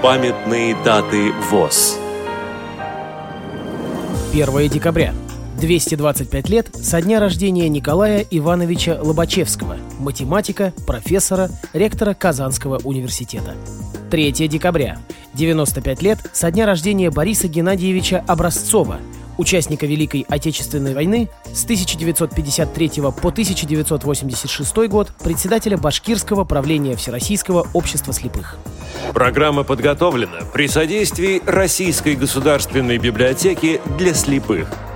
Памятные даты ВОС. 1 декабря. 225 лет со дня рождения Николая Ивановича Лобачевского, математика, профессора, ректора Казанского университета. 3 декабря. 95 лет со дня рождения Бориса Геннадьевича Образцова, участника Великой Отечественной войны, с 1953 по 1986 год председателя Башкирского правления Всероссийского общества слепых. Программа подготовлена при содействии Российской государственной библиотеки для слепых.